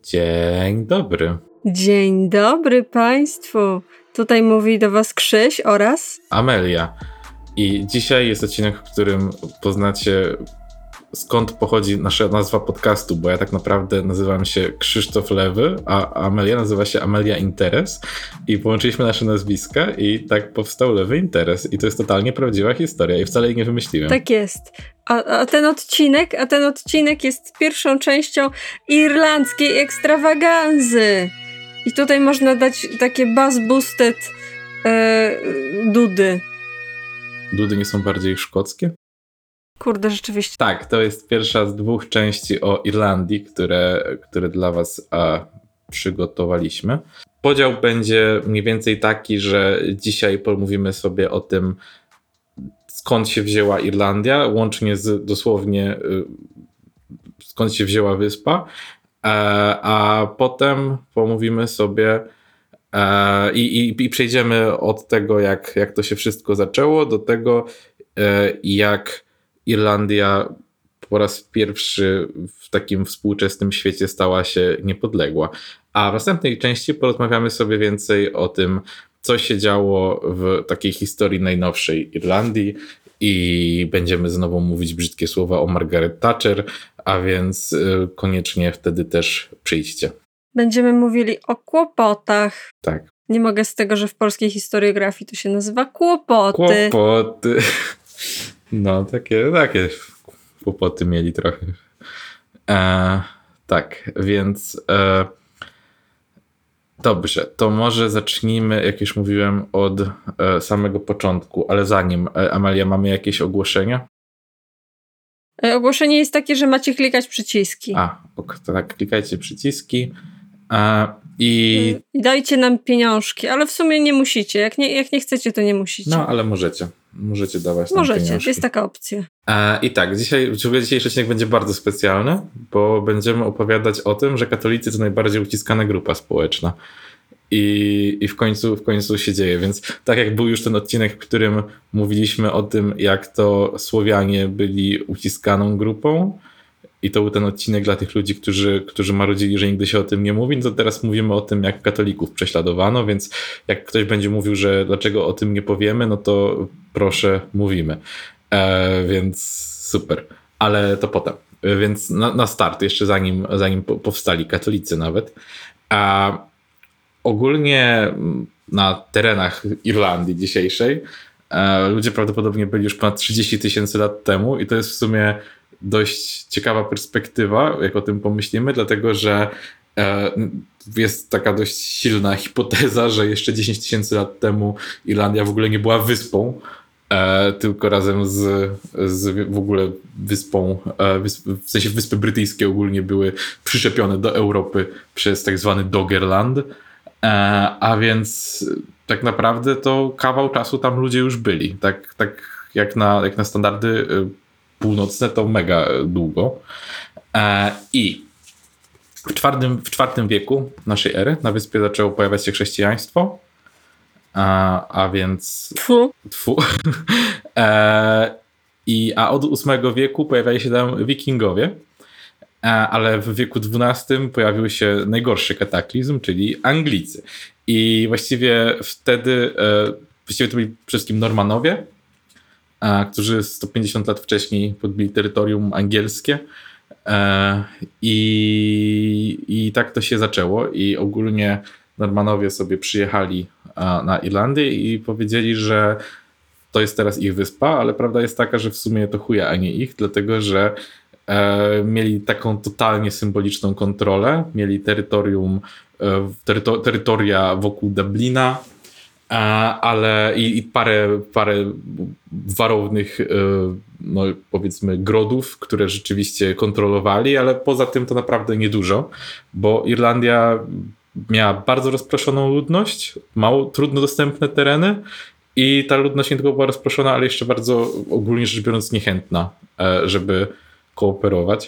Dzień dobry. Dzień dobry Państwu. Tutaj mówi do Was Krzyś oraz Amelia. I dzisiaj jest odcinek, w którym poznacie, skąd pochodzi nasza nazwa podcastu, bo ja tak naprawdę nazywam się Krzysztof Lewy, a Amelia nazywa się Amelia Interes i połączyliśmy nasze nazwiska i tak powstał Lewy Interes i to jest totalnie prawdziwa historia i wcale jej nie wymyśliłem. Tak jest. A ten odcinek jest pierwszą częścią irlandzkiej ekstrawaganzy. I tutaj można dać takie bass boosted dudy. Dudy nie są bardziej szkockie? Kurde, rzeczywiście. Tak, to jest pierwsza z 2 części o Irlandii, które dla was przygotowaliśmy. Podział będzie mniej więcej taki, że dzisiaj pomówimy sobie o tym, skąd się wzięła Irlandia, łącznie z dosłownie skąd się wzięła wyspa, a potem pomówimy sobie i przejdziemy od tego, jak to się wszystko zaczęło, do tego, jak Irlandia po raz pierwszy w takim współczesnym świecie stała się niepodległa. A w następnej części porozmawiamy sobie więcej o tym, co się działo w takiej historii najnowszej Irlandii i będziemy znowu mówić brzydkie słowa o Margaret Thatcher, a więc koniecznie wtedy też przyjdźcie. Będziemy mówili o kłopotach. Tak. Nie mogę z tego, że w polskiej historiografii to się nazywa kłopoty. Kłopoty. No, takie kłopoty mieli trochę. Tak, więc dobrze, to może zacznijmy, jak już mówiłem, od samego początku, ale zanim, Amelia, mamy jakieś ogłoszenia? Ogłoszenie jest takie, że macie klikać przyciski. To tak, klikajcie przyciski i dajcie nam pieniążki, ale w sumie nie musicie. Jak nie chcecie, to nie musicie. No, ale możecie. Możecie dawać nam pieniążki. Możecie, jest taka opcja. I tak, dzisiejszy odcinek będzie bardzo specjalny, bo będziemy opowiadać o tym, że katolicy to najbardziej uciskana grupa społeczna. I w końcu się dzieje, więc tak jak był już ten odcinek, w którym mówiliśmy o tym, jak to Słowianie byli uciskaną grupą, i to był ten odcinek dla tych ludzi, którzy marudzili, że nigdy się o tym nie mówi, no to teraz mówimy o tym, jak katolików prześladowano, więc jak ktoś będzie mówił, że dlaczego o tym nie powiemy, no to proszę, mówimy. Więc super. Ale to potem. Więc na start, jeszcze zanim powstali katolicy nawet. Ogólnie na terenach Irlandii dzisiejszej ludzie prawdopodobnie byli już ponad 30 000 lat temu i to jest w sumie dość ciekawa perspektywa, jak o tym pomyślimy, dlatego że jest taka dość silna hipoteza, że jeszcze 10 000 lat temu Irlandia w ogóle nie była wyspą, tylko razem z w ogóle wyspą, w sensie Wyspy Brytyjskie ogólnie były przyczepione do Europy przez tak zwany Doggerland, a więc tak naprawdę to kawał czasu tam ludzie już byli. Tak jak na standardy północne to mega długo. I w IV wieku naszej ery na wyspie zaczęło pojawiać się chrześcijaństwo, a więc Tfu. A od VIII wieku pojawiali się tam wikingowie, ale w wieku XII pojawił się najgorszy kataklizm, czyli Anglicy. I właściwie wtedy to byli przede wszystkim Normanowie, którzy 150 lat wcześniej podbili terytorium angielskie. I tak to się zaczęło. I ogólnie Normanowie sobie przyjechali na Irlandię i powiedzieli, że to jest teraz ich wyspa, ale prawda jest taka, że w sumie to chuja, a nie ich, dlatego że mieli taką totalnie symboliczną kontrolę. Mieli terytoria wokół Dublina, ale i parę warownych, no powiedzmy, grodów, które rzeczywiście kontrolowali, ale poza tym to naprawdę niedużo, bo Irlandia miała bardzo rozproszoną ludność, mało trudno dostępne tereny i ta ludność nie tylko była rozproszona, ale jeszcze bardzo ogólnie rzecz biorąc niechętna, żeby kooperować.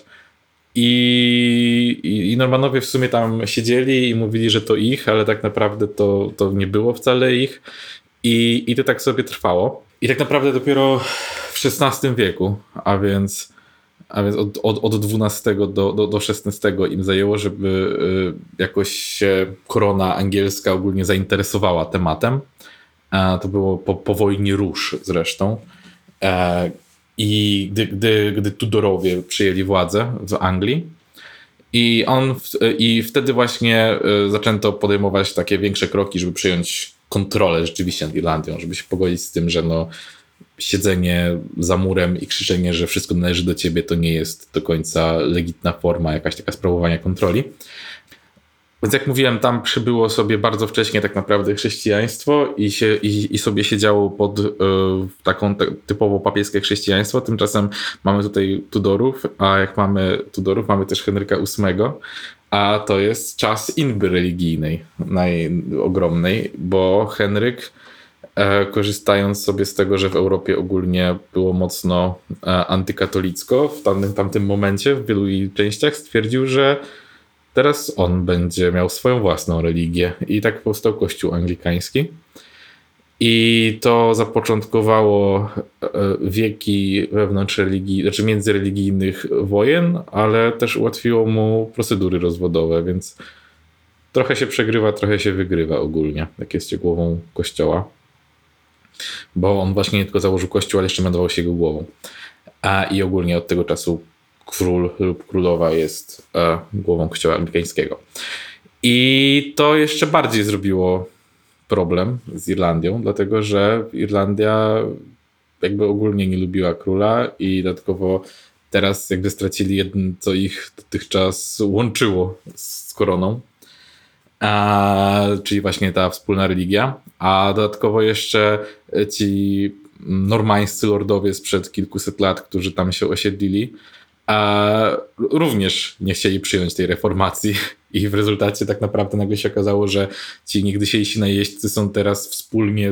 I Normanowie w sumie tam siedzieli i mówili, że to ich, ale tak naprawdę to nie było wcale ich. I to tak sobie trwało. I tak naprawdę dopiero w XVI wieku, a więc a więc od 12 do 16 im zajęło, żeby jakoś się korona angielska ogólnie zainteresowała tematem. To było po wojnie róż zresztą. I gdy Tudorowie przyjęli władzę w Anglii, i wtedy właśnie zaczęto podejmować takie większe kroki, żeby przejąć kontrolę rzeczywiście nad Irlandią, żeby się pogodzić z tym, że siedzenie za murem i krzyczenie, że wszystko należy do ciebie, to nie jest do końca legitna forma, jakaś taka sprawowania kontroli. Więc jak mówiłem, tam przybyło sobie bardzo wcześnie tak naprawdę chrześcijaństwo i sobie siedziało pod taką typowo papieskie chrześcijaństwo. Tymczasem mamy tutaj Tudorów, a jak mamy Tudorów, mamy też Henryka VIII, a to jest czas inby religijnej, ogromnej, bo Henryk, korzystając sobie z tego, że w Europie ogólnie było mocno antykatolicko, w tamtym momencie w wielu jej częściach stwierdził, że teraz on będzie miał swoją własną religię. I tak powstał Kościół anglikański. I to zapoczątkowało wieki wewnątrz religii, znaczy międzyreligijnych wojen, ale też ułatwiło mu procedury rozwodowe, więc trochę się przegrywa, trochę się wygrywa ogólnie, jak jest głową Kościoła. Bo on właśnie nie tylko założył Kościół, ale jeszcze mianował się jego głową. I ogólnie od tego czasu król lub królowa jest głową Kościoła anglikańskiego. I to jeszcze bardziej zrobiło problem z Irlandią, dlatego że Irlandia jakby ogólnie nie lubiła króla i dodatkowo teraz jakby stracili jedno, co ich dotychczas łączyło z koroną, czyli właśnie ta wspólna religia, a dodatkowo jeszcze ci normańscy lordowie sprzed kilkuset lat, którzy tam się osiedlili, również nie chcieli przyjąć tej reformacji i w rezultacie tak naprawdę nagle się okazało, że ci niegdysiejsi najeźdźcy są teraz wspólnie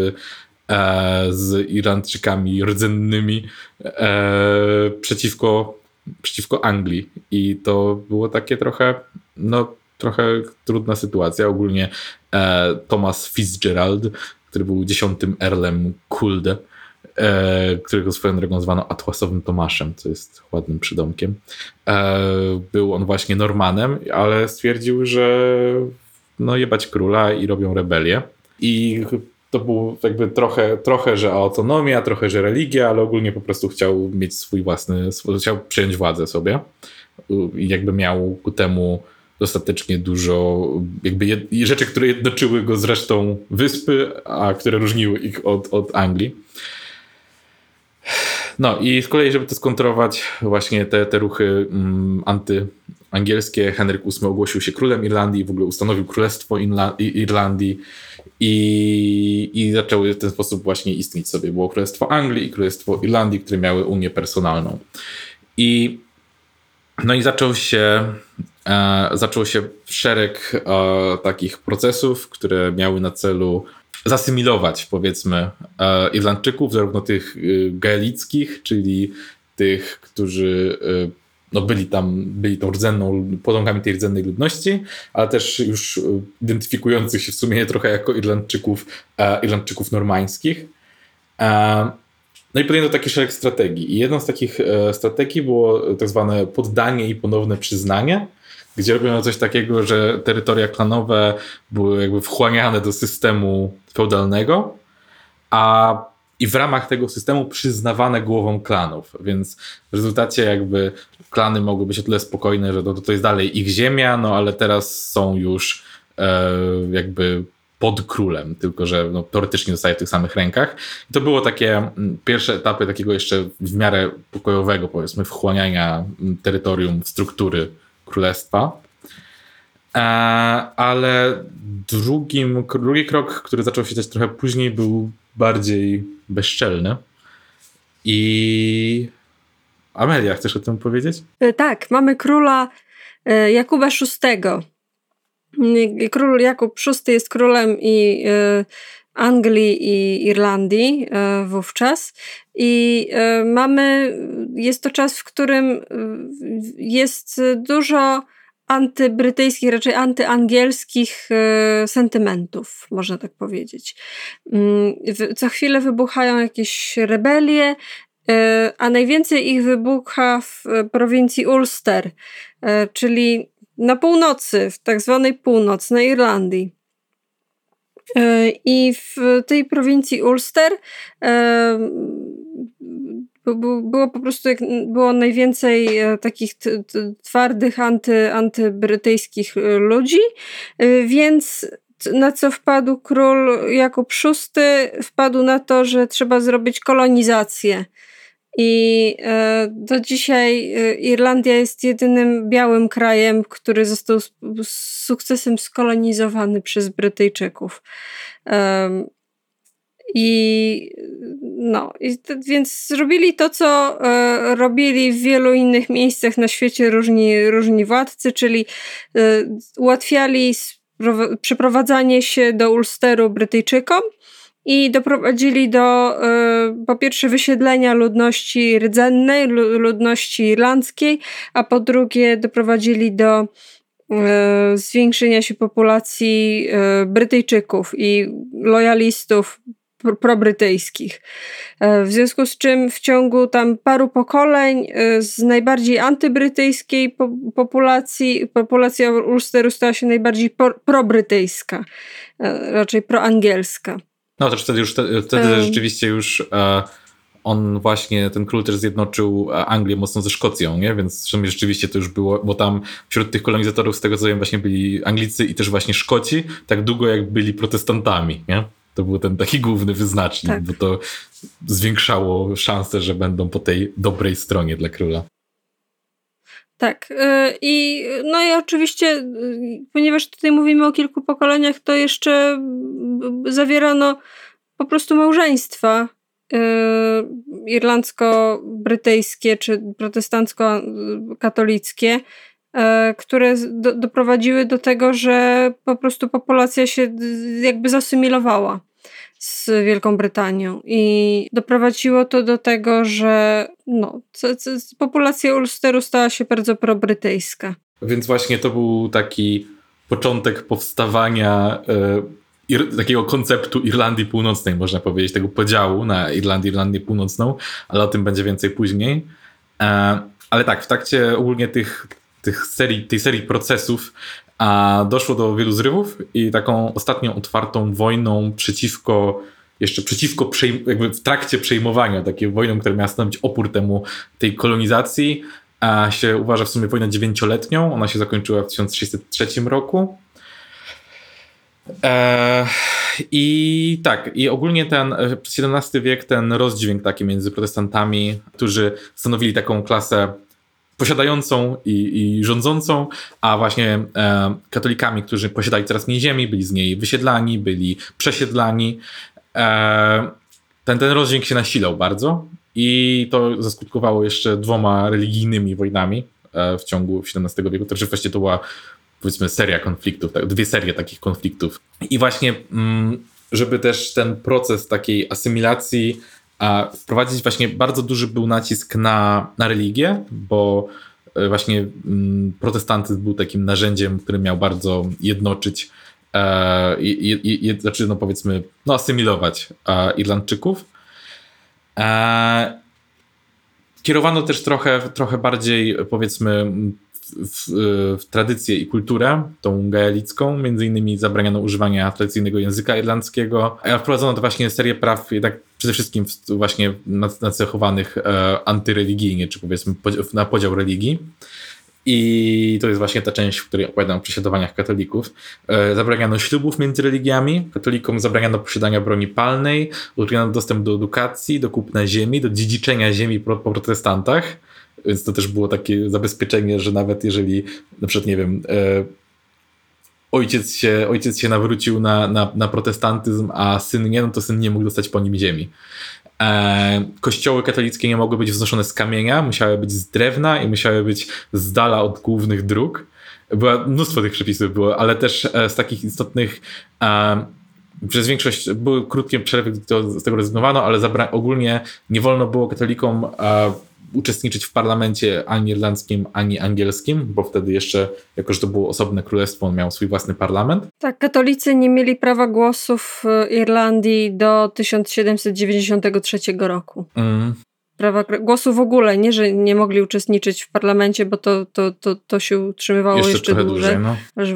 z Irlandczykami rdzennymi przeciwko Anglii i to było takie trochę trudna sytuacja. Ogólnie Thomas Fitzgerald, który był 10. Earlem Culde, którego swoją drogą zwano Atłasowym Tomaszem, co jest ładnym przydomkiem. Był on właśnie Normanem, ale stwierdził, że jebać króla i robią rebelię. I to był jakby trochę, że autonomia, trochę, że religia, ale ogólnie po prostu chciał mieć chciał przejąć władzę sobie. I jakby miał ku temu dostatecznie dużo jakby rzeczy, które jednoczyły go z resztą wyspy, a które różniły ich od Anglii. No i z kolei, żeby to skontrować właśnie te ruchy antyangielskie, Henryk VIII ogłosił się królem Irlandii, w ogóle ustanowił Królestwo Irlandii i zaczęły w ten sposób właśnie istnieć sobie. Było Królestwo Anglii i Królestwo Irlandii, które miały unię personalną. I zaczął się szereg takich procesów, które miały na celu zasymilować, powiedzmy, Irlandczyków, zarówno tych gaelickich, czyli tych, którzy byli tą potomkami tej rdzennej ludności, ale też już identyfikujących się w sumie trochę jako Irlandczyków normańskich. No i podjęto taki szereg strategii. I jedną z takich strategii było tak zwane poddanie i ponowne przyznanie, gdzie robiono coś takiego, że terytoria klanowe były jakby wchłaniane do systemu feudalnego, i w ramach tego systemu przyznawane głowom klanów. Więc w rezultacie jakby klany mogły być o tyle spokojne, że to jest dalej ich ziemia, ale teraz są już jakby pod królem, tylko że teoretycznie zostaje w tych samych rękach. I to było takie pierwsze etapy takiego jeszcze w miarę pokojowego, powiedzmy, wchłaniania terytorium struktury królestwa. Ale drugi krok, który zaczął się dziać trochę później, był bardziej bezczelny. I Amelia, chcesz o tym powiedzieć? Tak, mamy króla Jakuba VI. Król Jakub VI jest królem Anglii i Irlandii wówczas. I jest to czas, w którym jest dużo antybrytyjskich, raczej antyangielskich sentymentów, można tak powiedzieć. Co chwilę wybuchają jakieś rebelie a najwięcej ich wybucha w prowincji Ulster, czyli na północy, w tak zwanej północnej Irlandii. I w tej prowincji Ulster było po prostu było najwięcej takich twardych antybrytyjskich ludzi, więc na co wpadł król Jakub VI? Wpadł na to, że trzeba zrobić kolonizację. I do dzisiaj Irlandia jest jedynym białym krajem, który został z sukcesem skolonizowany przez Brytyjczyków. Więc zrobili to, co robili w wielu innych miejscach na świecie różni władcy, czyli ułatwiali przeprowadzanie się do Ulsteru Brytyjczykom i doprowadzili do po pierwsze wysiedlenia ludności rdzennej, ludności irlandzkiej, a po drugie doprowadzili do zwiększenia się populacji Brytyjczyków i lojalistów probrytyjskich. W związku z czym w ciągu tam paru pokoleń z najbardziej antybrytyjskiej populacja Ulsteru stała się najbardziej probrytyjska, raczej proangielska. No też wtedy rzeczywiście już on właśnie, ten król też zjednoczył Anglię mocno ze Szkocją, nie? Więc rzeczywiście to już było, bo tam wśród tych kolonizatorów, z tego co wiem, właśnie byli Anglicy i też właśnie Szkoci, tak długo jak byli protestantami, nie? To był ten taki główny wyznacznik, tak. Bo to zwiększało szanse, że będą po tej dobrej stronie dla króla. Tak. I oczywiście, ponieważ tutaj mówimy o kilku pokoleniach, to jeszcze zawierano po prostu małżeństwa irlandzko-brytyjskie czy protestancko-katolickie, które doprowadziły do tego, że po prostu populacja się jakby zasymilowała z Wielką Brytanią i doprowadziło to do tego, że populacja Ulsteru stała się bardzo probrytyjska. Więc właśnie to był taki początek powstawania takiego konceptu Irlandii Północnej, można powiedzieć, tego podziału na Irlandię Północną, ale o tym będzie więcej później. Ale tak, w trakcie ogólnie tej serii procesów doszło do wielu zrywów i taką ostatnią otwartą wojną przeciwko jakby w trakcie przejmowania, takiej wojną, która miała stanowić opór tej kolonizacji, się uważa w sumie wojnę 9-letnią. Ona się zakończyła w 1603 roku. I ogólnie przez XVII wiek ten rozdźwięk taki między protestantami, którzy stanowili taką klasę posiadającą i rządzącą, a właśnie katolikami, którzy posiadali coraz mniej ziemi, byli z niej wysiedlani, byli przesiedlani. Ten rozdźwięk się nasilał bardzo i to zaskutkowało jeszcze 2 religijnymi wojnami w ciągu XVII wieku. Także właściwie to była, powiedzmy, seria konfliktów, 2 serie takich konfliktów. I właśnie, żeby też ten proces takiej asymilacji wprowadzić, właśnie bardzo duży był nacisk na religię, bo właśnie protestantyzm był takim narzędziem, który miał bardzo jednoczyć asymilować Irlandczyków. Kierowano też trochę bardziej, powiedzmy, w tradycję i kulturę, tą gaelicką. Między innymi zabraniano używania tradycyjnego języka irlandzkiego. Wprowadzono to właśnie serię praw jednak przede wszystkim właśnie nacechowanych antyreligijnie, czy powiedzmy na podział religii. I to jest właśnie ta część, w której opowiadam o prześladowaniach katolików. Zabraniano ślubów między religiami, katolikom zabraniano posiadania broni palnej, utrudniano dostęp do edukacji, do kupna ziemi, do dziedziczenia ziemi po protestantach. Więc to też było takie zabezpieczenie, że nawet jeżeli na przykład, nie wiem, ojciec się nawrócił na protestantyzm, a syn nie, no to syn nie mógł dostać po nim ziemi. Kościoły katolickie nie mogły być wznoszone z kamienia, musiały być z drewna i musiały być z dala od głównych dróg. Mnóstwo tych przepisów było, ale też z takich istotnych przez większość były krótkie przerwy, z tego rezygnowano, ale ogólnie nie wolno było katolikom uczestniczyć w parlamencie ani irlandzkim, ani angielskim, bo wtedy jeszcze, jako że to było osobne królestwo, on miał swój własny parlament. Tak, katolicy nie mieli prawa głosu w Irlandii do 1793 roku. prawa głosu w ogóle, nie, że nie mogli uczestniczyć w parlamencie, bo to się utrzymywało jeszcze trochę dłużej, no. ale że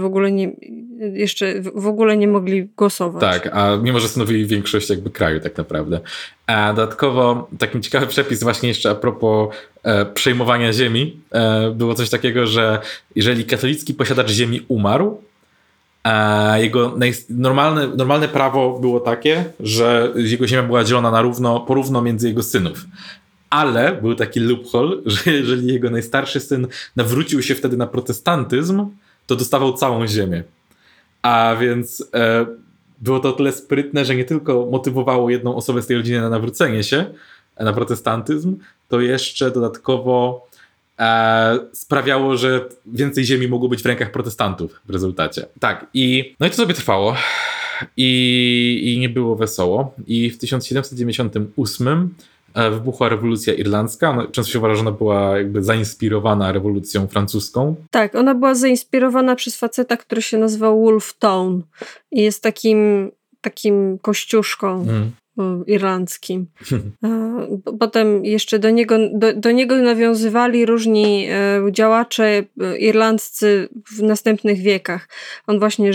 w ogóle nie mogli głosować. Tak, a mimo, że stanowili większość jakby kraju tak naprawdę. A dodatkowo taki ciekawy przepis właśnie jeszcze a propos przejmowania ziemi, było coś takiego, że jeżeli katolicki posiadacz ziemi umarł, jego normalne prawo było takie, że jego ziemia była dzielona porówno między jego synów. Ale był taki loophole, że jeżeli jego najstarszy syn nawrócił się wtedy na protestantyzm, to dostawał całą ziemię. A więc było to o tyle sprytne, że nie tylko motywowało jedną osobę z tej rodziny na nawrócenie się na protestantyzm, to jeszcze dodatkowo sprawiało, że więcej ziemi mogło być w rękach protestantów w rezultacie. Tak, no i to sobie trwało. I nie było wesoło. I w 1798 wybuchła rewolucja irlandzka. Często się uważa, że ona była jakby zainspirowana rewolucją francuską. Tak, ona była zainspirowana przez faceta, który się nazywał Wolfe Tone i jest takim kościuszką irlandzkim. Potem jeszcze do niego nawiązywali różni działacze irlandzcy w następnych wiekach. On właśnie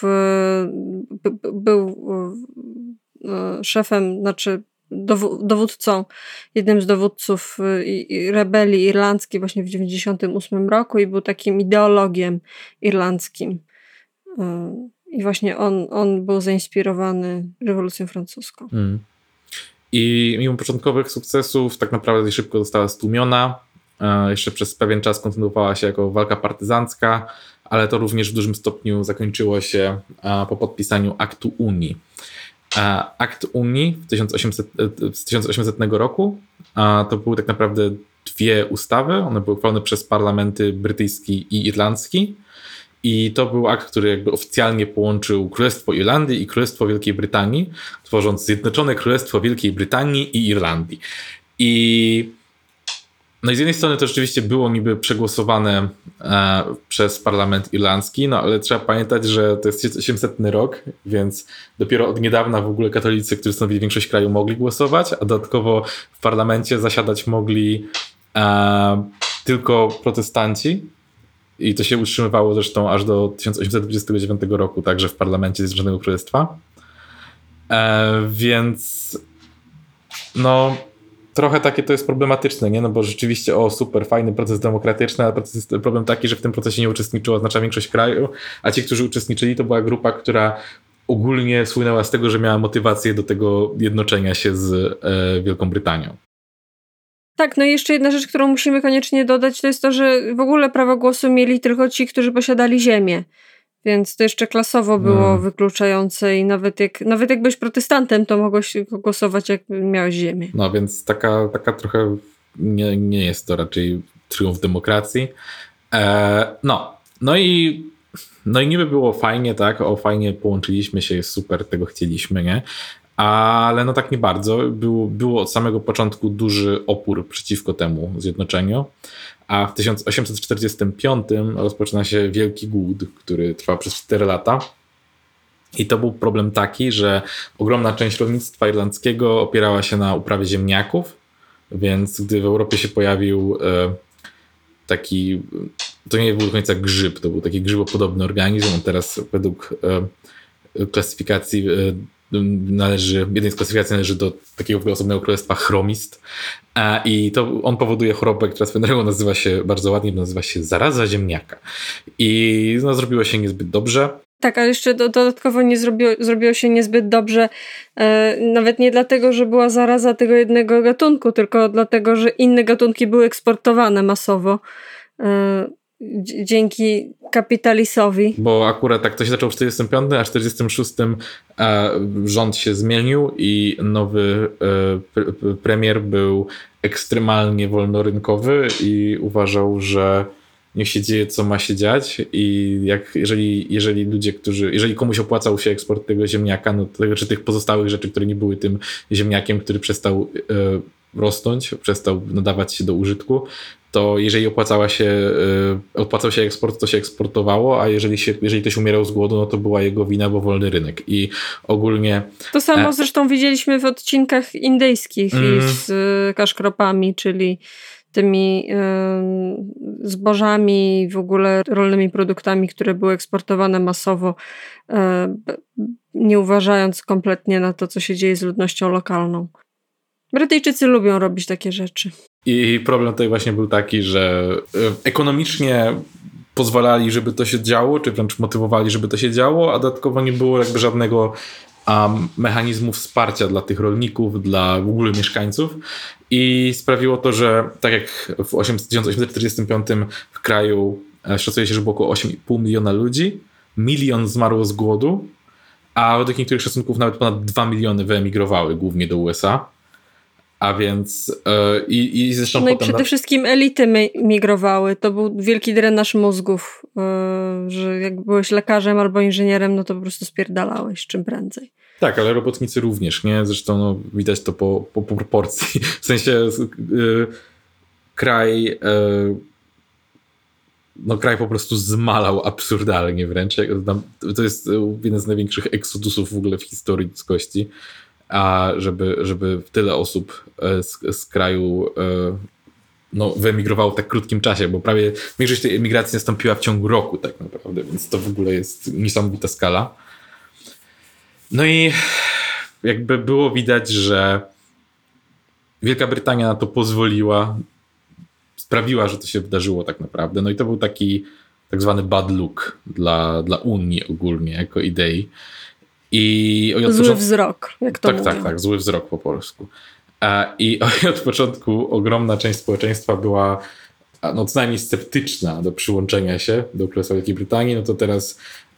był szefem, znaczy dowódcą, jednym z dowódców rebelii irlandzkiej właśnie w 1998 roku i był takim ideologiem irlandzkim. I właśnie on był zainspirowany rewolucją francuską. I mimo początkowych sukcesów tak naprawdę szybko została stłumiona. Jeszcze przez pewien czas kontynuowała się jako walka partyzancka, ale to również w dużym stopniu zakończyło się po podpisaniu Aktu Unii. Akt Unii z 1800 roku to były tak naprawdę dwie ustawy. One były uchwalone przez parlamenty brytyjski i irlandzki. I to był akt, który jakby oficjalnie połączył Królestwo Irlandii i Królestwo Wielkiej Brytanii, tworząc Zjednoczone Królestwo Wielkiej Brytanii i Irlandii. No i z jednej strony to rzeczywiście było niby przegłosowane przez parlament irlandzki, no ale trzeba pamiętać, że to jest 800 rok, więc dopiero od niedawna w ogóle katolicy, którzy stanowili większość kraju, mogli głosować, a dodatkowo w parlamencie zasiadać mogli tylko protestanci. I to się utrzymywało zresztą aż do 1829 roku, także w parlamencie Zjednoczonego Królestwa. Więc no trochę takie to jest problematyczne, nie? No bo rzeczywiście super, fajny proces demokratyczny, ale problem taki, że w tym procesie nie uczestniczyła znaczna większość kraju, a ci, którzy uczestniczyli, to była grupa, która ogólnie słynęła z tego, że miała motywację do tego jednoczenia się z Wielką Brytanią. Tak, no i jeszcze jedna rzecz, którą musimy koniecznie dodać, to jest to, że w ogóle prawo głosu mieli tylko ci, którzy posiadali ziemię. Więc to jeszcze klasowo było wykluczające i nawet jak byłeś protestantem, to mogłeś głosować, jak miałeś ziemię. No więc taka trochę nie jest to raczej triumf demokracji. No i niby było fajnie, tak? Fajnie połączyliśmy się, jest super, tego chcieliśmy, nie? Ale no tak nie bardzo. Było od samego początku duży opór przeciwko temu zjednoczeniu, a w 1845 rozpoczyna się Wielki Głód, który trwał przez 4 lata. I to był problem taki, że ogromna część rolnictwa irlandzkiego opierała się na uprawie ziemniaków, więc gdy w Europie się pojawił taki, to nie był do końca grzyb, to był taki grzybopodobny organizm, on teraz według klasyfikacji jednej z klasyfikacji należy do takiego osobnego królestwa chromist i to on powoduje chorobę, która swoją drogą nazywa się bardzo ładnie, nazywa się zaraza ziemniaka i no, zrobiło się niezbyt dobrze. Tak, ale jeszcze dodatkowo nie zrobiło się niezbyt dobrze, nawet nie dlatego, że była zaraza tego jednego gatunku, tylko dlatego, że inne gatunki były eksportowane masowo. Dzięki kapitalizowi. Bo akurat tak to się zaczęło w 45, a w 46 rząd się zmienił i nowy premier był ekstremalnie wolnorynkowy i uważał, że niech się dzieje, co ma się dziać i jeżeli komuś opłacał się eksport tego ziemniaka, no to czy tych pozostałych rzeczy, które nie były tym ziemniakiem, który przestał rosnąć, przestał nadawać się do użytku, to jeżeli opłacał się eksport, to się eksportowało, a jeżeli ktoś umierał z głodu, no to była jego wina, bo wolny rynek. I ogólnie... To samo zresztą widzieliśmy w odcinkach indyjskich i z kaszkropami, czyli tymi zbożami, w ogóle rolnymi produktami, które były eksportowane masowo, nie uważając kompletnie na to, co się dzieje z ludnością lokalną. Brytyjczycy lubią robić takie rzeczy. I problem tutaj właśnie był taki, że ekonomicznie pozwalali, żeby to się działo, czy wręcz motywowali, żeby to się działo, a dodatkowo nie było jakby żadnego mechanizmu wsparcia dla tych rolników, dla w ogóle mieszkańców i sprawiło to, że tak jak w 1845 w kraju szacuje się, że było około 8,5 miliona ludzi, 1 milion zmarło z głodu, a według niektórych szacunków nawet ponad 2 miliony wyemigrowały, głównie do USA. A więc i zresztą no i potem... przede wszystkim elity migrowały. To był wielki drenaż mózgów, że jak byłeś lekarzem albo inżynierem, no to po prostu spierdalałeś czym prędzej. Tak, ale robotnicy również, nie? Zresztą no, widać to po proporcji. W sensie kraj po prostu zmalał absurdalnie wręcz. To jest jeden z największych eksodusów w ogóle w historii ludzkości. A żeby tyle osób z kraju wyemigrowało w tak krótkim czasie, bo prawie większość tej emigracji nastąpiła w ciągu roku tak naprawdę, więc to w ogóle jest niesamowita skala. No i jakby było widać, że Wielka Brytania na to pozwoliła, sprawiła, że to się wydarzyło tak naprawdę. No i to był taki tak zwany bad look dla Unii ogólnie jako idei. Zły wzrok, jak to mówią. Tak, zły wzrok po polsku. I od początku ogromna część społeczeństwa była co najmniej sceptyczna do przyłączenia się do Królestwa Wielkiej Brytanii, no to teraz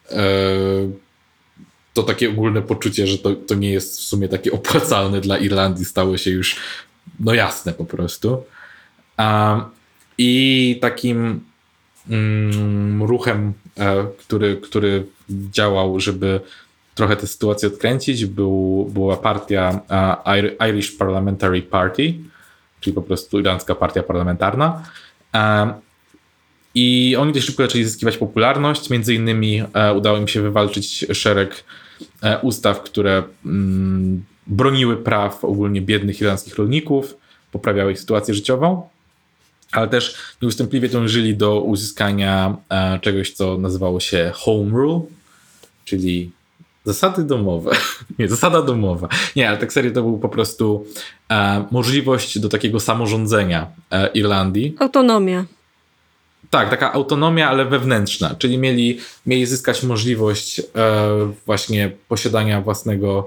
to takie ogólne poczucie, że to nie jest w sumie takie opłacalne dla Irlandii stało się już jasne po prostu. I takim ruchem, który działał, żeby trochę tę sytuację odkręcić, była partia Irish Parliamentary Party, czyli po prostu irlandzka partia parlamentarna. I oni dość szybko zaczęli zyskiwać popularność. Między innymi udało im się wywalczyć szereg ustaw, które broniły praw ogólnie biednych irlandzkich rolników, poprawiały ich sytuację życiową, ale też nieustępliwie dążyli do uzyskania czegoś, co nazywało się Home Rule, czyli zasady domowe. Nie, zasada domowa. Nie, ale tak serio to był po prostu możliwość do takiego samorządzenia Irlandii. Autonomia. Tak, taka autonomia, ale wewnętrzna, czyli mieli zyskać możliwość właśnie posiadania własnego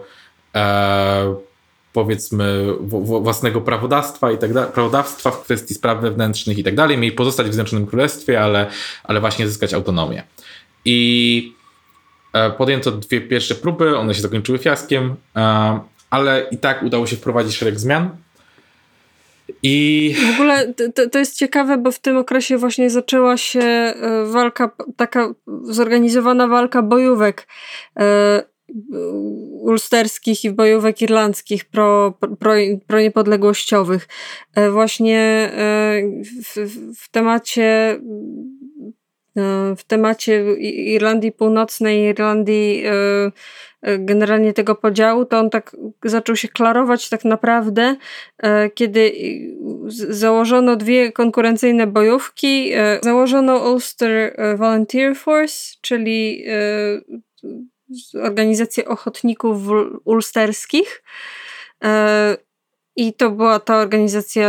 powiedzmy własnego prawodawstwa i tak dalej, prawodawstwa w kwestii spraw wewnętrznych i tak dalej. Mieli pozostać w Zjednoczonym Królestwie, ale właśnie zyskać autonomię. I podjęto 2 pierwsze próby, one się zakończyły fiaskiem, ale i tak udało się wprowadzić szereg zmian. I w ogóle to jest ciekawe, bo w tym okresie właśnie zaczęła się walka, taka zorganizowana walka bojówek ulsterskich i bojówek irlandzkich proniepodległościowych. Właśnie w temacie Irlandii Północnej, Irlandii generalnie tego podziału, to on tak zaczął się klarować tak naprawdę, kiedy założono 2 konkurencyjne bojówki. Założono Ulster Volunteer Force, czyli organizację ochotników ulsterskich. I to była ta organizacja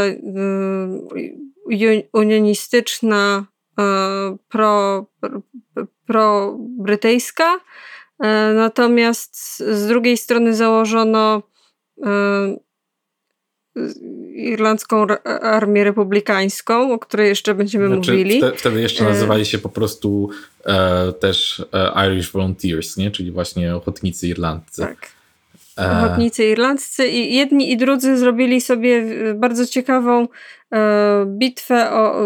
unionistyczna, pro-brytyjska. Natomiast z drugiej strony założono Irlandzką Armię Republikańską, o której jeszcze będziemy mówili. Wtedy jeszcze nazywali się po prostu też Irish Volunteers, nie? Czyli właśnie ochotnicy irlandzcy. Tak. Ochotnicy irlandzcy i jedni i drudzy zrobili sobie bardzo ciekawą bitwę o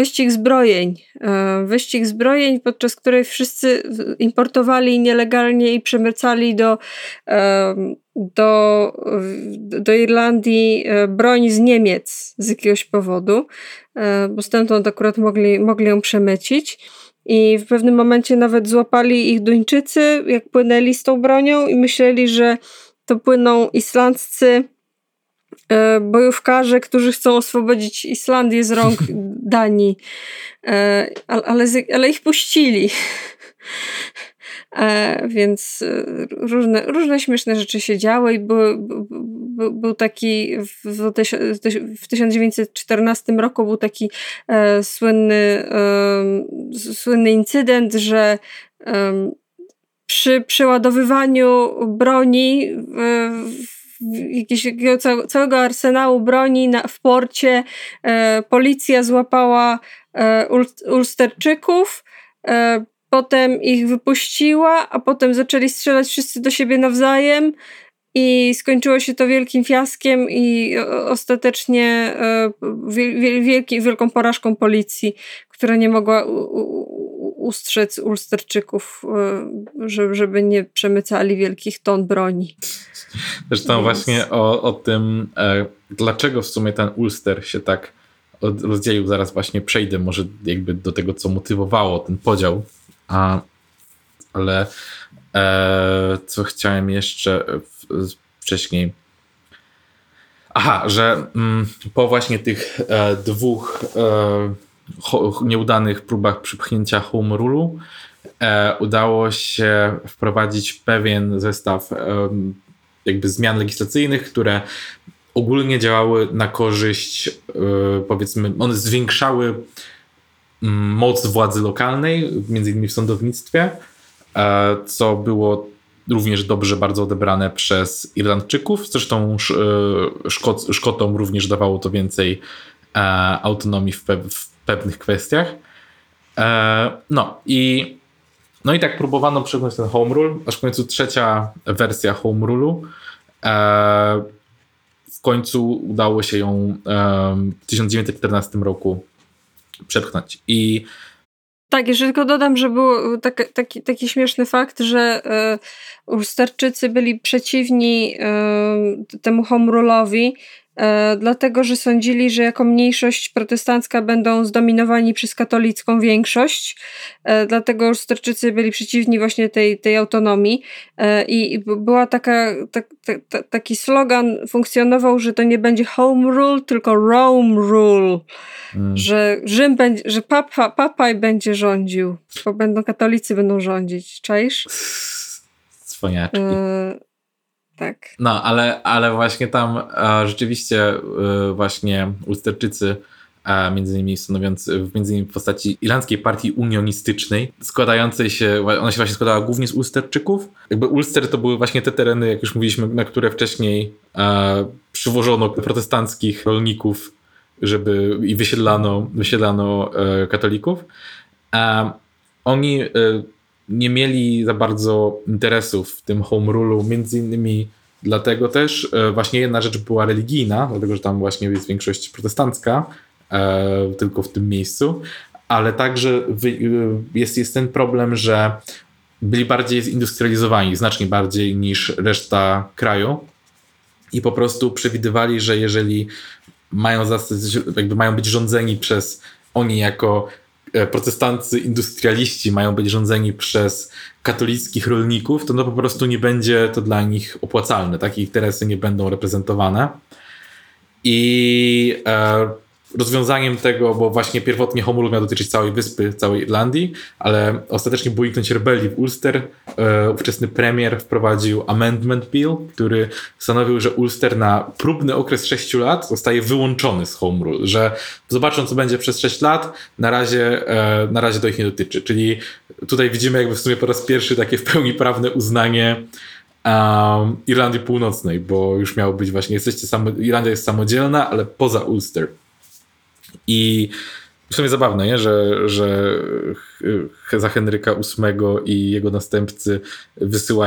wyścig zbrojeń, podczas której wszyscy importowali nielegalnie i przemycali do Irlandii broń z Niemiec z jakiegoś powodu, bo stamtąd akurat mogli ją przemycić. I w pewnym momencie nawet złapali ich Duńczycy, jak płynęli z tą bronią i myśleli, że to płyną islandzcy bojówkarze, którzy chcą oswobodzić Islandię z rąk Danii. Ale ich puścili. Więc różne śmieszne rzeczy się działy i był taki w 1914 roku był taki słynny incydent, że przy przeładowywaniu broni jakiegoś całego arsenału broni w porcie policja złapała Ulsterczyków, potem ich wypuściła, a potem zaczęli strzelać wszyscy do siebie nawzajem i skończyło się to wielkim fiaskiem i ostatecznie wielką porażką policji, która nie mogła ustrzec Ulsterczyków, żeby nie przemycali wielkich ton broni. Zresztą właśnie o tym, dlaczego w sumie ten Ulster się tak rozdzielił, zaraz właśnie przejdę może jakby do tego, co motywowało ten podział. Ale co chciałem jeszcze wcześniej. Że po właśnie tych dwóch nieudanych próbach przypchnięcia Home Rule'u udało się wprowadzić pewien zestaw jakby zmian legislacyjnych, które ogólnie działały na korzyść, powiedzmy, one zwiększały moc władzy lokalnej, między innymi w sądownictwie, co było również dobrze bardzo odebrane przez Irlandczyków. Zresztą Szkotom również dawało to więcej autonomii w pewnych kwestiach. No i tak próbowano przekonać ten Home Rule, aż w końcu trzecia wersja Home Rule'u. W końcu udało się ją w 1914 roku przepchnąć. Tak, jeszcze tylko dodam, że był taki śmieszny fakt, że Ulsterczycy byli przeciwni temu Home Rule'owi, dlatego, że sądzili, że jako mniejszość protestancka będą zdominowani przez katolicką większość. Dlatego Ulsterczycy byli przeciwni właśnie tej autonomii. I była taki slogan funkcjonował, że to nie będzie Home Rule, tylko Rome Rule. Że Rzym będzie, że papa będzie rządził, bo katolicy będą rządzić. Czaisz? Cwaniaczki. Tak. No, ale właśnie tam rzeczywiście właśnie Ulsterczycy, między innymi w postaci Irlandzkiej Partii Unionistycznej, składającej się, ona się właśnie składała głównie z Ulsterczyków. Jakby Ulster to były właśnie te tereny, jak już mówiliśmy, na które wcześniej przywożono protestanckich rolników, i wysiedlano katolików. Oni nie mieli za bardzo interesów w tym Home Rule'u, między innymi dlatego też właśnie jedna rzecz była religijna, dlatego że tam właśnie jest większość protestancka, tylko w tym miejscu, ale także jest ten problem, że byli bardziej zindustrializowani, znacznie bardziej niż reszta kraju i po prostu przewidywali, że jeżeli mają być rządzeni przez oni jako protestanccy industrialiści mają być rządzeni przez katolickich rolników, to po prostu nie będzie to dla nich opłacalne. Takie interesy nie będą reprezentowane. I rozwiązaniem tego, bo właśnie pierwotnie Home Rule miał dotyczyć całej wyspy, całej Irlandii, ale ostatecznie było uniknąć rebelii w Ulster. Ówczesny premier wprowadził Amendment Bill, który stanowił, że Ulster na próbny okres 6 lat zostaje wyłączony z Home Rule, że zobaczą, co będzie przez 6 lat, na razie to ich nie dotyczy. Czyli tutaj widzimy jakby w sumie po raz pierwszy takie w pełni prawne uznanie Irlandii Północnej, bo już miało być właśnie, Irlandia jest samodzielna, ale poza Ulster. I w sumie zabawne, nie? Że za Henryka VIII i jego następcy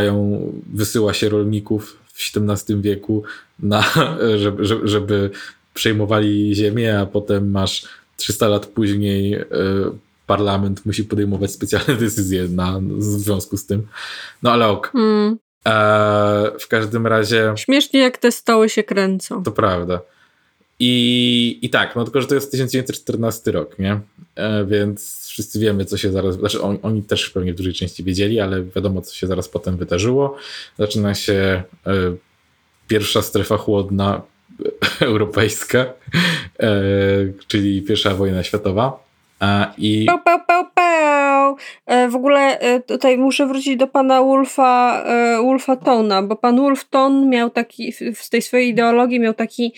wysyła się rolników w XVII wieku, żeby przejmowali ziemię, a potem masz 300 lat później parlament musi podejmować specjalne decyzje w związku z tym. No ale ok. W każdym razie... Śmiesznie jak te stoły się kręcą. To prawda. I tak, no tylko, że to jest 1914 rok, nie? Więc wszyscy wiemy, co się zaraz... Znaczy oni też pewnie w dużej części wiedzieli, ale wiadomo, co się zaraz potem wydarzyło. Zaczyna się pierwsza strefa chłodna europejska, czyli pierwsza wojna światowa. Pał, pał, pał, pał. W ogóle tutaj muszę wrócić do pana Wolfa Tona, bo pan Wolf Ton miał taki, w tej swojej ideologii miał taki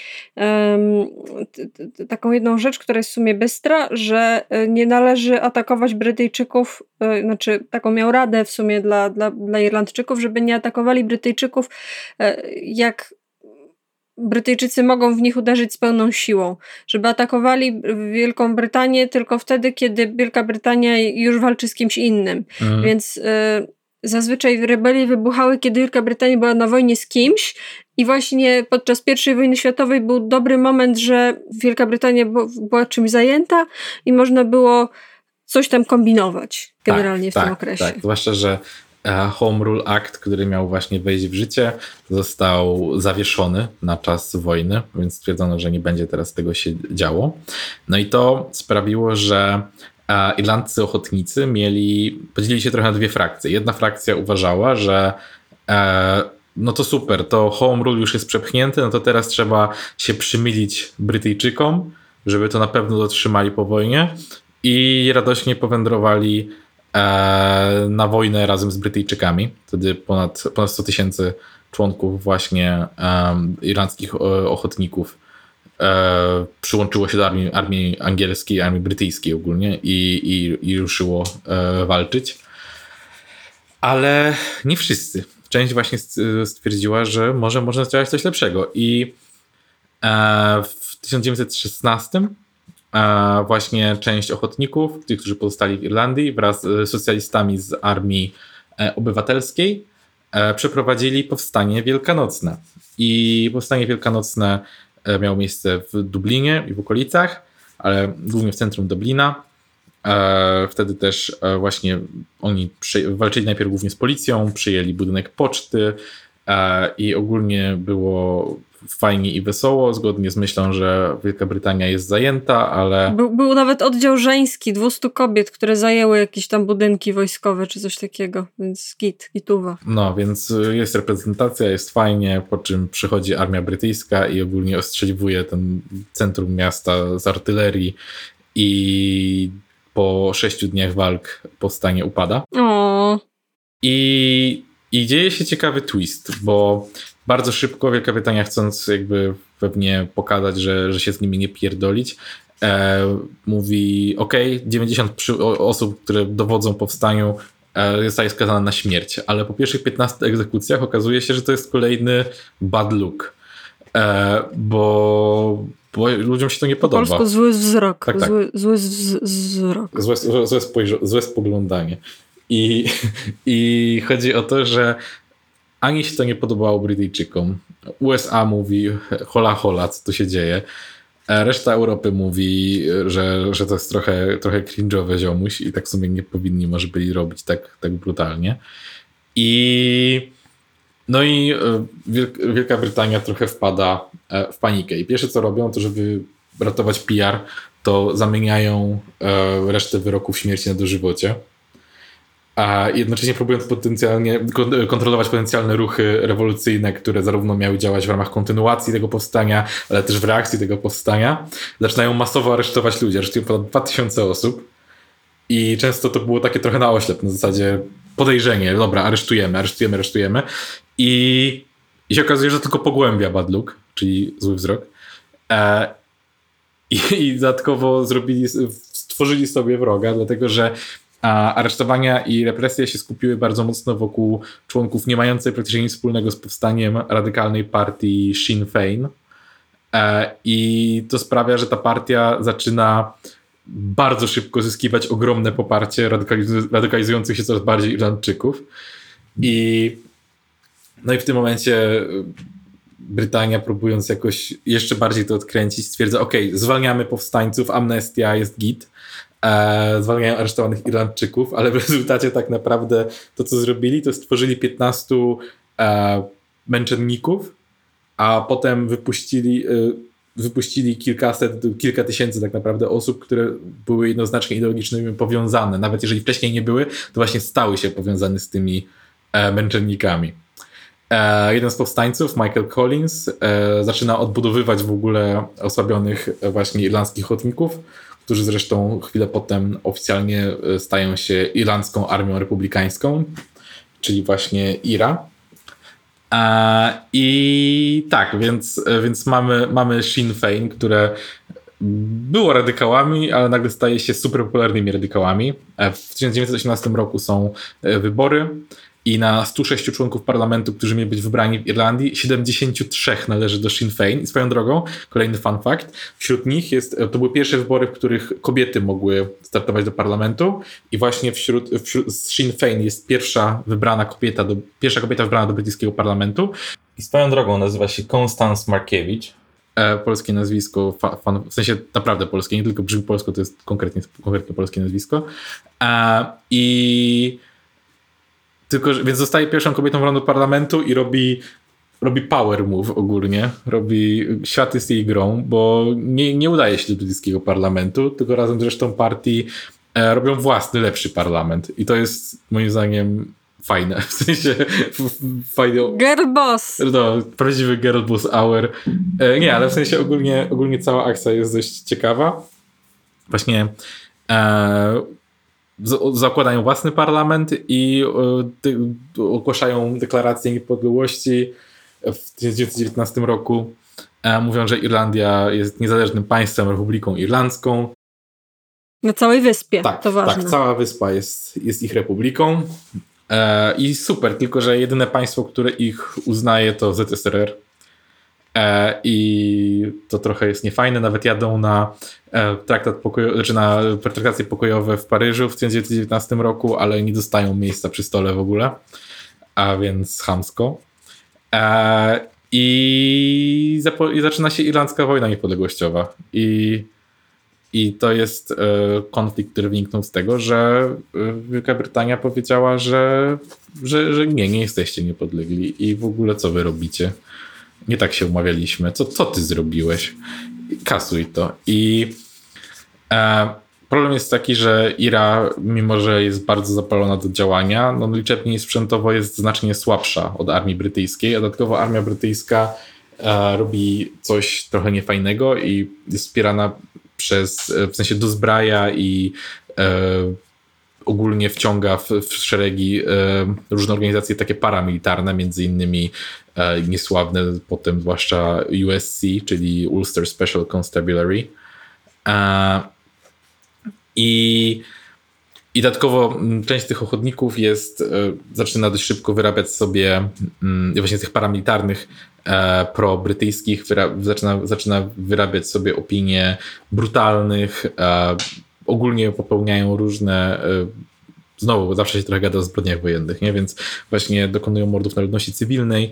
taką jedną rzecz, która jest w sumie bystra, że nie należy atakować Brytyjczyków, znaczy taką miał radę w sumie dla Irlandczyków, żeby nie atakowali Brytyjczyków, jak Brytyjczycy mogą w nich uderzyć z pełną siłą, żeby atakowali Wielką Brytanię tylko wtedy, kiedy Wielka Brytania już walczy z kimś innym. Więc zazwyczaj rebelie wybuchały, kiedy Wielka Brytania była na wojnie z kimś i właśnie podczas I wojny światowej był dobry moment, że Wielka Brytania była czymś zajęta i można było coś tam kombinować generalnie w tym okresie. Tak, zwłaszcza, że Home Rule Act, który miał właśnie wejść w życie, został zawieszony na czas wojny, więc stwierdzono, że nie będzie teraz tego się działo. No i to sprawiło, że irlandzcy ochotnicy podzielili się trochę na dwie frakcje. Jedna frakcja uważała, że no to super, to Home Rule już jest przepchnięty, no to teraz trzeba się przymilić Brytyjczykom, żeby to na pewno dotrzymali po wojnie i radośnie powędrowali na wojnę razem z Brytyjczykami. Wtedy ponad 100 000 członków właśnie irlandzkich ochotników przyłączyło się do armii angielskiej, armii brytyjskiej ogólnie i ruszyło walczyć. Ale nie wszyscy. Część właśnie stwierdziła, że może można zrobić coś lepszego. I w 1916 właśnie część ochotników, tych, którzy pozostali w Irlandii, wraz z socjalistami z armii obywatelskiej przeprowadzili powstanie wielkanocne. I powstanie wielkanocne miało miejsce w Dublinie i w okolicach, ale głównie w centrum Dublina. Wtedy też właśnie oni walczyli najpierw głównie z policją, przyjęli budynek poczty i ogólnie było fajnie i wesoło, zgodnie z myślą, że Wielka Brytania jest zajęta, ale... Był nawet oddział żeński, 200 kobiet, które zajęły jakieś tam budynki wojskowe, czy coś takiego, więc gituwa. No, więc jest reprezentacja, jest fajnie, po czym przychodzi armia brytyjska i ogólnie ostrzeliwuje ten centrum miasta z artylerii i po 6 dniach walk powstanie upada. I dzieje się ciekawy twist, bo bardzo szybko Wielka Brytania, chcąc jakby pewnie pokazać, że się z nimi nie pierdolić, mówi 90 osób, które dowodzą powstaniu, zostaje skazana na śmierć, ale po pierwszych 15 egzekucjach okazuje się, że to jest kolejny bad look, bo ludziom się to nie podoba. Po polsku zły wzrok. Tak. Zły wzrok. Złe spoglądanie. I chodzi o to, że ani się to nie podobało Brytyjczykom. USA mówi hola hola, co tu się dzieje. Reszta Europy mówi, że to jest trochę cringe'owe ziomuś i tak w sumie nie powinni może byli robić tak brutalnie. No i Wielka Brytania trochę wpada w panikę. I pierwsze co robią, to żeby ratować PR, to zamieniają resztę wyroków śmierci na dożywocie. A jednocześnie próbując kontrolować potencjalne ruchy rewolucyjne, które zarówno miały działać w ramach kontynuacji tego powstania, ale też w reakcji tego powstania, zaczynają masowo aresztować ludzi. Aresztują ponad 2000 osób i często to było takie trochę na oślep, na zasadzie podejrzenie, dobra, aresztujemy. I się okazuje, że to tylko pogłębia bad look, czyli zły wzrok. I dodatkowo stworzyli sobie wroga, dlatego że aresztowania i represje się skupiły bardzo mocno wokół członków nie mającej praktycznie nic wspólnego z powstaniem radykalnej partii Sinn Féin. I to sprawia, że ta partia zaczyna bardzo szybko zyskiwać ogromne poparcie radykalizujących się coraz bardziej Irlandczyków. No i w tym momencie Brytania, próbując jakoś jeszcze bardziej to odkręcić, stwierdza, zwalniamy powstańców, amnestia, jest git, zwalniają aresztowanych Irlandczyków, ale w rezultacie tak naprawdę to, co zrobili, to stworzyli 15 męczenników, a potem wypuścili kilka tysięcy tak naprawdę osób, które były jednoznacznie ideologicznie powiązane. Nawet jeżeli wcześniej nie były, to właśnie stały się powiązane z tymi męczennikami. Jeden z powstańców, Michael Collins, zaczyna odbudowywać w ogóle osłabionych właśnie irlandzkich ochotników, którzy zresztą chwilę potem oficjalnie stają się Irlandzką Armią Republikańską, czyli właśnie IRA. I tak, więc mamy Sinn Féin, które było radykałami, ale nagle staje się super popularnymi radykałami. W 1918 roku są wybory i na 106 członków parlamentu, którzy mieli być wybrani w Irlandii, 73 należy do Sinn Féin. I swoją drogą, kolejny fun fact, wśród nich to były pierwsze wybory, w których kobiety mogły startować do parlamentu i właśnie wśród Sinn Féin jest pierwsza kobieta wybrana do brytyjskiego parlamentu. I swoją drogą nazywa się Constance Markiewicz. Polskie nazwisko, w sensie naprawdę polskie, nie tylko brzmi polsko, to jest konkretnie polskie nazwisko. Więc zostaje pierwszą kobietą wybraną do parlamentu i robi power move ogólnie. Świat jest jej grą, bo nie udaje się do brytyjskiego parlamentu, tylko razem z resztą partii robią własny, lepszy parlament. I to jest moim zdaniem fajne. W sensie fajne. Girl boss. No, prawdziwy girl boss hour. Nie, ale w sensie ogólnie cała akcja jest dość ciekawa. Właśnie zakładają własny parlament i ogłaszają deklarację niepodległości w 1919 roku. Mówią, że Irlandia jest niezależnym państwem, Republiką Irlandzką. Na całej wyspie, tak, to ważne. Tak, cała wyspa jest ich republiką. I super, tylko że jedyne państwo, które ich uznaje, to ZSRR. I to trochę jest niefajne. Nawet jadą na na pertraktacje pokojowe w Paryżu w 1919 roku, ale nie dostają miejsca przy stole w ogóle. A więc chamsko. I zaczyna się Irlandzka wojna niepodległościowa. I to jest konflikt, który wyniknął z tego, że Wielka Brytania powiedziała, że nie jesteście niepodlegli i w ogóle co wy robicie? Nie tak się umawialiśmy. Co ty zrobiłeś? Kasuj to. I problem jest taki, że IRA, mimo że jest bardzo zapalona do działania, no liczebnie sprzętowo jest znacznie słabsza od armii brytyjskiej, a dodatkowo armia brytyjska robi coś trochę niefajnego i jest wspierana w sensie dozbraja i ogólnie wciąga w szeregi różne organizacje takie paramilitarne, między innymi niesławne potem zwłaszcza USC, czyli Ulster Special Constabulary. I dodatkowo część tych ochotników zaczyna dość szybko wyrabiać sobie, właśnie z tych paramilitarnych pro-brytyjskich, zaczyna wyrabiać sobie opinie brutalnych, ogólnie popełniają różne, znowu zawsze się trochę gada o zbrodniach wojennych, nie? Więc właśnie dokonują mordów na ludności cywilnej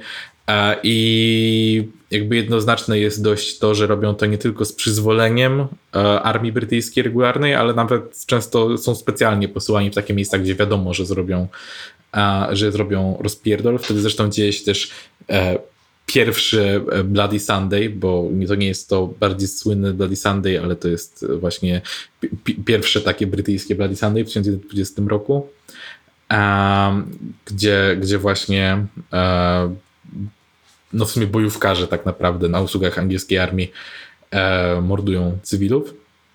i jakby jednoznaczne jest dość to, że robią to nie tylko z przyzwoleniem armii brytyjskiej regularnej, ale nawet często są specjalnie posyłani w takie miejsca, gdzie wiadomo, że zrobią rozpierdol. Wtedy zresztą dzieje się też pierwszy Bloody Sunday, bo to nie jest to bardziej słynny Bloody Sunday, ale to jest właśnie pierwsze takie brytyjskie Bloody Sunday w 1920 roku, gdzie właśnie no w sumie bojówkarze tak naprawdę na usługach angielskiej armii mordują cywilów.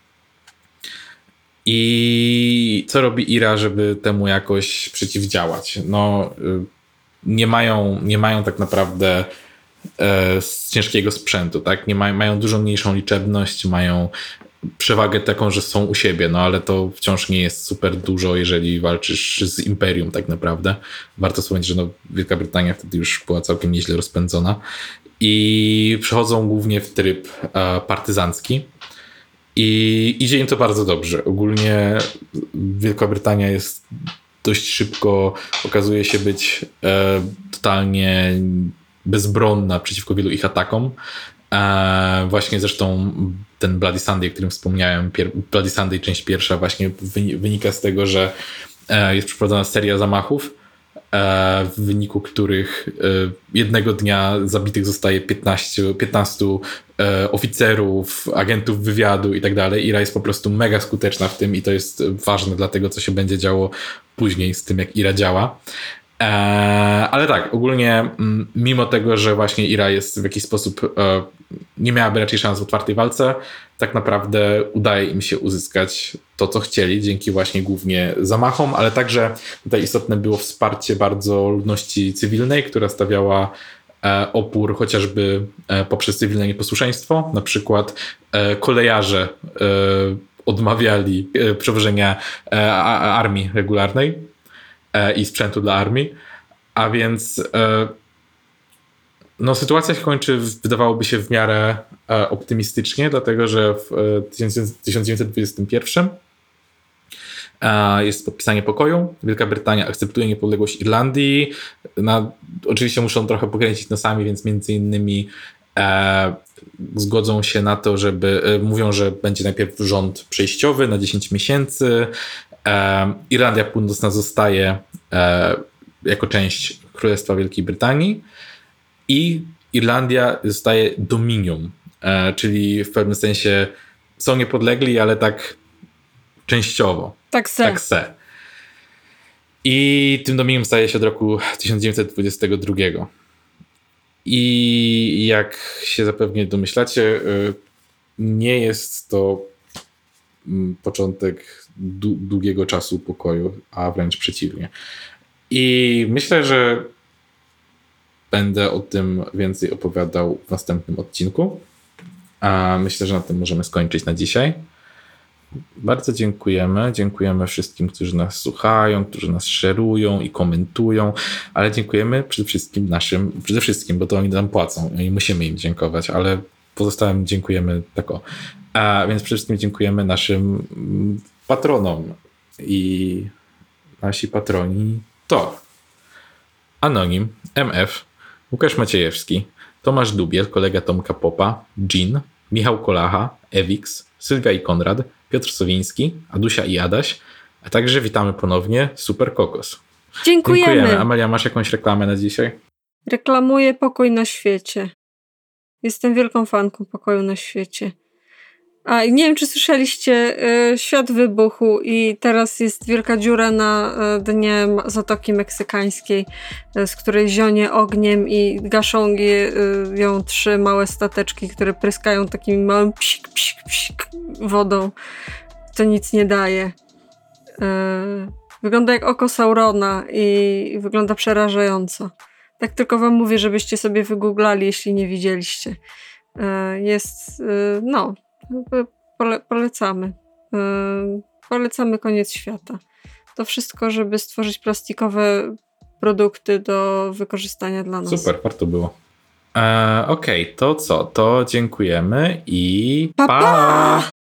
I co robi IRA, żeby temu jakoś przeciwdziałać? No nie mają tak naprawdę ciężkiego sprzętu, tak? Mają dużo mniejszą liczebność, mają przewagę taką, że są u siebie, no ale to wciąż nie jest super dużo, jeżeli walczysz z imperium tak naprawdę. Warto wspomnieć, że Wielka Brytania wtedy już była całkiem nieźle rozpędzona i przechodzą głównie w tryb partyzancki i idzie im to bardzo dobrze. Ogólnie Wielka Brytania okazuje się być totalnie bezbronna przeciwko wielu ich atakom. Właśnie zresztą ten Bloody Sunday, o którym wspomniałem, Bloody Sunday część pierwsza właśnie wynika z tego, że jest przeprowadzona seria zamachów, w wyniku których jednego dnia zabitych zostaje 15 oficerów, agentów wywiadu i tak dalej. Ira jest po prostu mega skuteczna w tym i to jest ważne dla tego, co się będzie działo później z tym, jak Ira działa. Ale tak, ogólnie mimo tego, że właśnie Ira jest w jakiś sposób nie miałaby raczej szans w otwartej walce, tak naprawdę udaje im się uzyskać to, co chcieli, dzięki właśnie głównie zamachom, ale także tutaj istotne było wsparcie bardzo ludności cywilnej, która stawiała opór chociażby poprzez cywilne nieposłuszeństwo. Na przykład kolejarze odmawiali przewożenia armii regularnej i sprzętu dla armii, a więc no, sytuacja się kończy, wydawałoby się, w miarę optymistycznie, dlatego że w 1921 jest podpisanie pokoju. Wielka Brytania akceptuje niepodległość Irlandii. Oczywiście muszą trochę pokręcić nosami, więc między innymi zgodzą się na to, mówią, że będzie najpierw rząd przejściowy na 10 miesięcy. Irlandia Północna zostaje jako część Królestwa Wielkiej Brytanii i Irlandia zostaje dominium, czyli w pewnym sensie są niepodlegli, ale tak częściowo. Tak se. I tym dominium staje się od roku 1922. I jak się zapewne domyślacie, nie jest to początek długiego czasu pokoju, a wręcz przeciwnie. I myślę, że będę o tym więcej opowiadał w następnym odcinku. A myślę, że na tym możemy skończyć na dzisiaj. Bardzo dziękujemy. Dziękujemy wszystkim, którzy nas słuchają, którzy nas szerują i komentują, ale dziękujemy przede wszystkim, bo to oni nam płacą i musimy im dziękować, ale pozostałym dziękujemy tak o. A więc przede wszystkim dziękujemy naszym patronom i nasi patroni to Anonim, MF, Łukasz Maciejewski, Tomasz Dubiel, kolega Tomka Popa, Jean, Michał Kolacha, Ewix, Sylwia i Konrad, Piotr Sowiński, Adusia i Adaś, a także witamy ponownie Super Kokos. Dziękujemy. Amelia, masz jakąś reklamę na dzisiaj? Reklamuję Pokój na świecie. Jestem wielką fanką Pokoju na świecie. A nie wiem, czy słyszeliście, świat wybuchł i teraz jest wielka dziura na dnie Zatoki Meksykańskiej, z której zionie ogniem i gaszą ją 3 małe stateczki, które pryskają takim małym psik, psik, psik wodą. To nic nie daje. Wygląda jak oko Saurona i wygląda przerażająco. Tak tylko wam mówię, żebyście sobie wygooglali, jeśli nie widzieliście. Jest, polecamy. Polecamy koniec świata. To wszystko, żeby stworzyć plastikowe produkty do wykorzystania dla nas. Super, warto było. Okej, to co? To dziękujemy i pa!